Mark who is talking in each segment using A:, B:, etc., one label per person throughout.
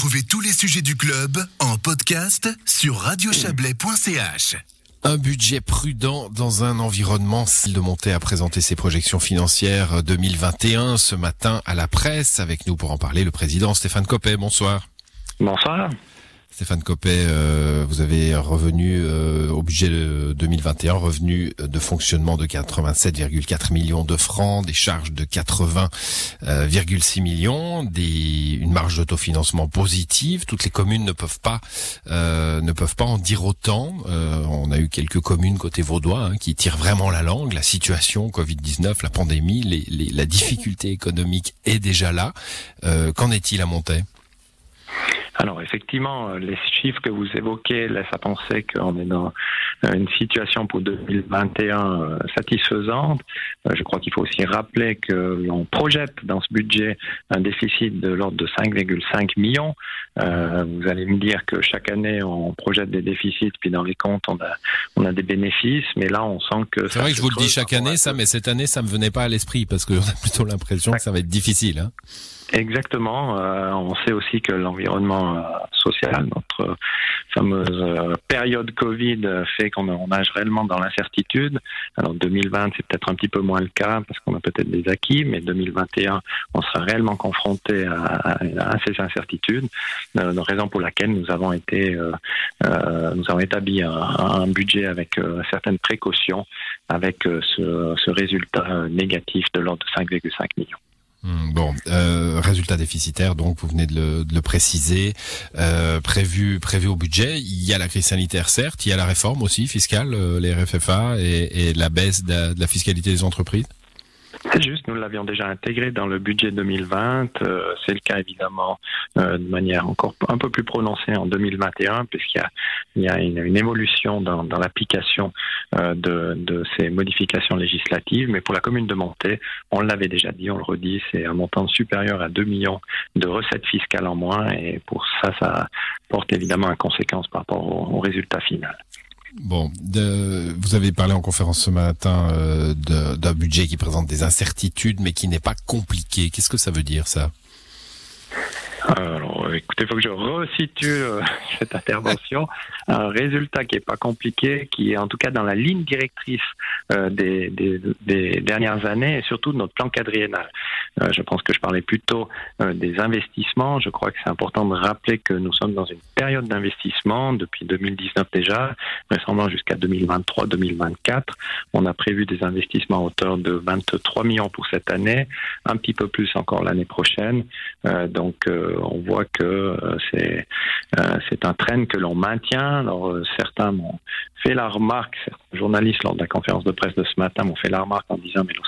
A: Retrouvez tous les sujets du club en podcast sur radiochablais.ch.
B: Un budget prudent dans un environnement. Cécile de Montet a présenté ses projections financières 2021 ce matin à la presse. Avec nous pour en parler, le président Stéphane Coppet. Bonsoir.
C: Bonsoir.
B: Stéphane Coppet, vous avez revenu au budget de 2021, revenu de fonctionnement de 87,4 millions de francs, des charges de 80,6 millions, une marge d'autofinancement positive. Toutes les communes ne peuvent pas en dire autant. On a eu quelques communes côté vaudois qui tirent vraiment la langue. La situation Covid-19, la pandémie, la difficulté économique est déjà là. Qu'en est-il à Montet ?
C: Alors effectivement, les chiffres que vous évoquez laissent à penser qu'on est dans une situation pour 2021 satisfaisante. Je crois qu'il faut aussi rappeler que l'on projette dans ce budget un déficit de l'ordre de 5,5 millions. Vous allez me dire que chaque année on projette des déficits, puis dans les comptes on a des bénéfices, mais là on sent que...
B: C'est vrai que je vous le dis chaque année, mais cette année ça me venait pas à l'esprit parce que j'en ai plutôt l'impression que ça va être difficile. Hein.
C: Exactement. On sait aussi que l'environnement social, notre fameuse période Covid, fait qu'on nage réellement dans l'incertitude. Alors 2020, c'est peut-être un petit peu moins le cas parce qu'on a peut-être des acquis, mais 2021, on sera réellement confronté à ces incertitudes. Raison pour laquelle nous avons établi un budget avec certaines précautions, avec ce résultat négatif de l'ordre de 5,5 millions.
B: Bon, résultat déficitaire, donc vous venez de le préciser, prévu au budget. Il y a la crise sanitaire, certes, il y a la réforme aussi fiscale, les RFFA et la baisse de la fiscalité des entreprises.
C: C'est juste, nous l'avions déjà intégré dans le budget 2020. C'est le cas évidemment de manière encore un peu plus prononcée en 2021, puisqu'il y a une évolution dans l'application de ces modifications législatives. Mais pour la commune de Montet, on l'avait déjà dit, on le redit, c'est un montant supérieur à 2 millions de recettes fiscales en moins. Et pour ça porte évidemment une conséquence par rapport au résultat final.
B: Bon, vous avez parlé en conférence ce matin d'un budget qui présente des incertitudes, mais qui n'est pas compliqué. Qu'est-ce que ça veut dire, ça ?
C: Alors, écoutez, il faut que je resitue cette intervention. Un résultat qui est pas compliqué, qui est en tout cas dans la ligne directrice des dernières années et surtout de notre plan quadriennal. Je pense que je parlais plutôt des investissements. Je crois que c'est important de rappeler que nous sommes dans une période d'investissement depuis 2019 déjà, vraisemblablement jusqu'à 2023-2024. On a prévu des investissements à hauteur de 23 millions pour cette année, un petit peu plus encore l'année prochaine. Donc, on voit que c'est un trend que l'on maintient. Alors, certains m'ont fait la remarque, certains journalistes lors de la conférence de presse de ce matin m'ont fait la remarque en disant mais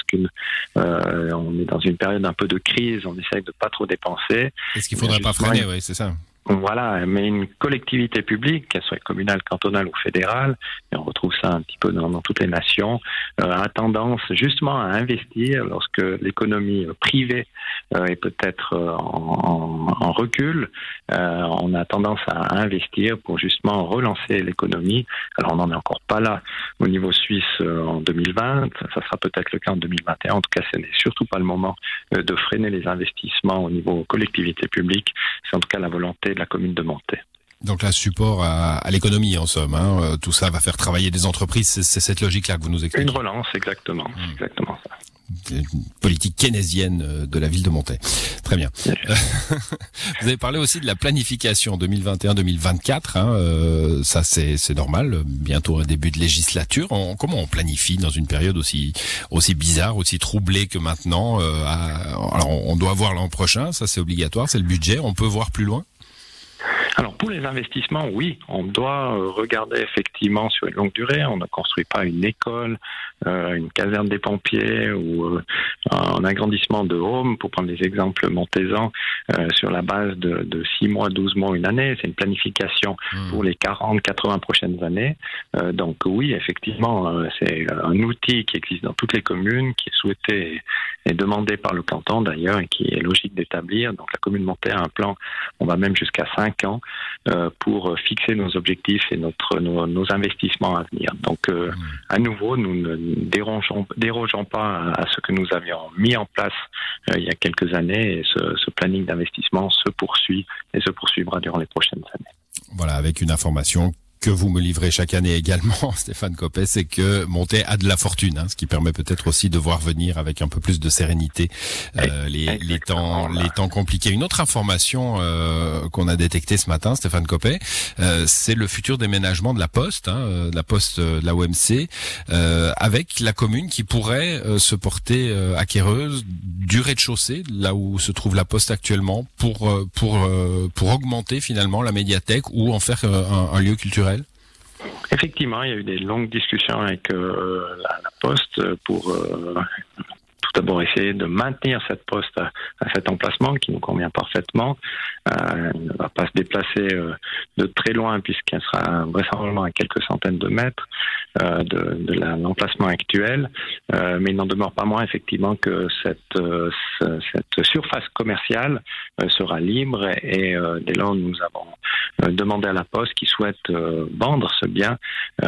C: on est dans une période un peu de crise, on essaie de pas trop dépenser.
B: Est-ce qu'il faudrait pas freiner, oui, c'est ça.
C: Voilà, mais une collectivité publique, qu'elle soit communale, cantonale ou fédérale, et on retrouve ça un petit peu dans toutes les nations, a tendance justement à investir lorsque l'économie privée est peut-être en recul. On a tendance à investir pour justement relancer l'économie. Alors on n'en est encore pas là au niveau suisse en 2020, ça sera peut-être le cas en 2021. En tout cas, ce n'est surtout pas le moment de freiner les investissements au niveau collectivité publique. C'est en tout cas la volonté de la commune de Montet.
B: Donc là, support à l'économie en somme. Tout ça va faire travailler des entreprises. C'est cette logique-là que vous nous expliquez.
C: Une relance, exactement. C'est exactement ça.
B: Une politique keynésienne de la ville de Montet. Très bien. Vous avez parlé aussi de la planification 2021-2024. Ça, c'est normal. Bientôt un début de législature. Comment on planifie dans une période aussi bizarre, aussi troublée que maintenant Alors, on doit voir l'an prochain. Ça, c'est obligatoire. C'est le budget. On peut voir plus loin.
C: Alors pour les investissements, oui, on doit regarder effectivement sur une longue durée. On ne construit pas une école, une caserne des pompiers ou un agrandissement de home, pour prendre les exemples montaisans, sur la base de 6 mois, 12 mois, une année. C'est une planification pour les 40, 80 prochaines années. Donc oui, effectivement, c'est un outil qui existe dans toutes les communes, qui est souhaité et demandé par le canton d'ailleurs et qui est logique d'établir. Donc la commune Montet a un plan, on va même jusqu'à 5 ans, pour fixer nos objectifs et nos investissements à venir. Donc, à nouveau, nous ne dérogeons pas à ce que nous avions mis en place il y a quelques années, et ce planning d'investissement se poursuit et se poursuivra durant les prochaines années.
B: Voilà, avec une information que vous me livrez chaque année également, Stéphane Coppet, c'est que Montet a de la fortune, ce qui permet peut-être aussi de voir venir avec un peu plus de sérénité les temps compliqués. Une autre information qu'on a détectée ce matin, Stéphane Coppet, c'est le futur déménagement de la Poste, de la OMC, avec la commune qui pourrait se porter acquéreuse du rez-de-chaussée, là où se trouve la Poste actuellement, pour augmenter finalement la médiathèque ou en faire un lieu culturel.
C: Effectivement, il y a eu des longues discussions avec la Poste pour tout d'abord essayer de maintenir cette Poste à cet emplacement qui nous convient parfaitement. Elle ne va pas se déplacer de très loin puisqu'elle sera vraisemblablement à quelques centaines de mètres de l'emplacement actuel. Mais il n'en demeure pas moins effectivement que cette surface commerciale sera libre et dès lors nous avons demandé à la Poste qui souhaite vendre ce bien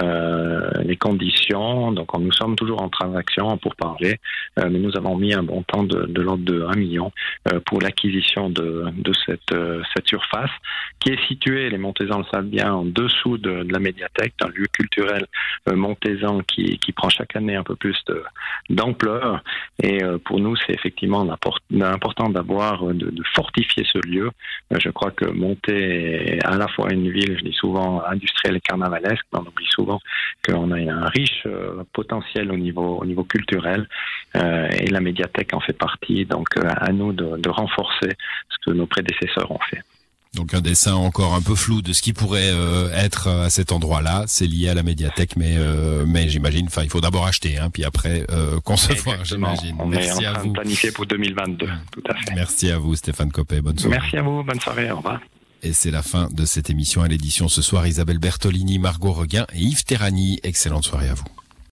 C: les conditions. Donc nous sommes toujours en transaction pour parler, mais nous avons mis un montant de l'ordre de 1 million pour l'acquisition de cette surface qui est située, les Montezans le savent bien, en dessous de la médiathèque, un lieu culturel montezan qui prend chaque année un peu plus d'ampleur. Et pour nous, c'est effectivement important de fortifier ce lieu. Je crois que Montet est à la fois une ville, je dis souvent, industrielle et carnavalesque, mais on oublie souvent qu'on a un riche potentiel au niveau culturel et la médiathèque en fait partie. Donc à nous de renforcer ce que nos prédécesseurs ont fait.
B: Donc un dessin encore un peu flou de ce qui pourrait être à cet endroit-là. C'est lié à la médiathèque, mais j'imagine. Enfin, il faut d'abord acheter, puis après concevoir. J'imagine.
C: Merci à vous. Planifié pour 2022. Tout à fait.
B: Merci à vous, Stéphane Coppet. Bonne soirée.
C: Merci à vous. Bonne soirée. Au revoir.
B: Et c'est la fin de cette émission. À l'édition ce soir, Isabelle Bertolini, Margot Reguin et Yves Terrani. Excellente soirée à vous.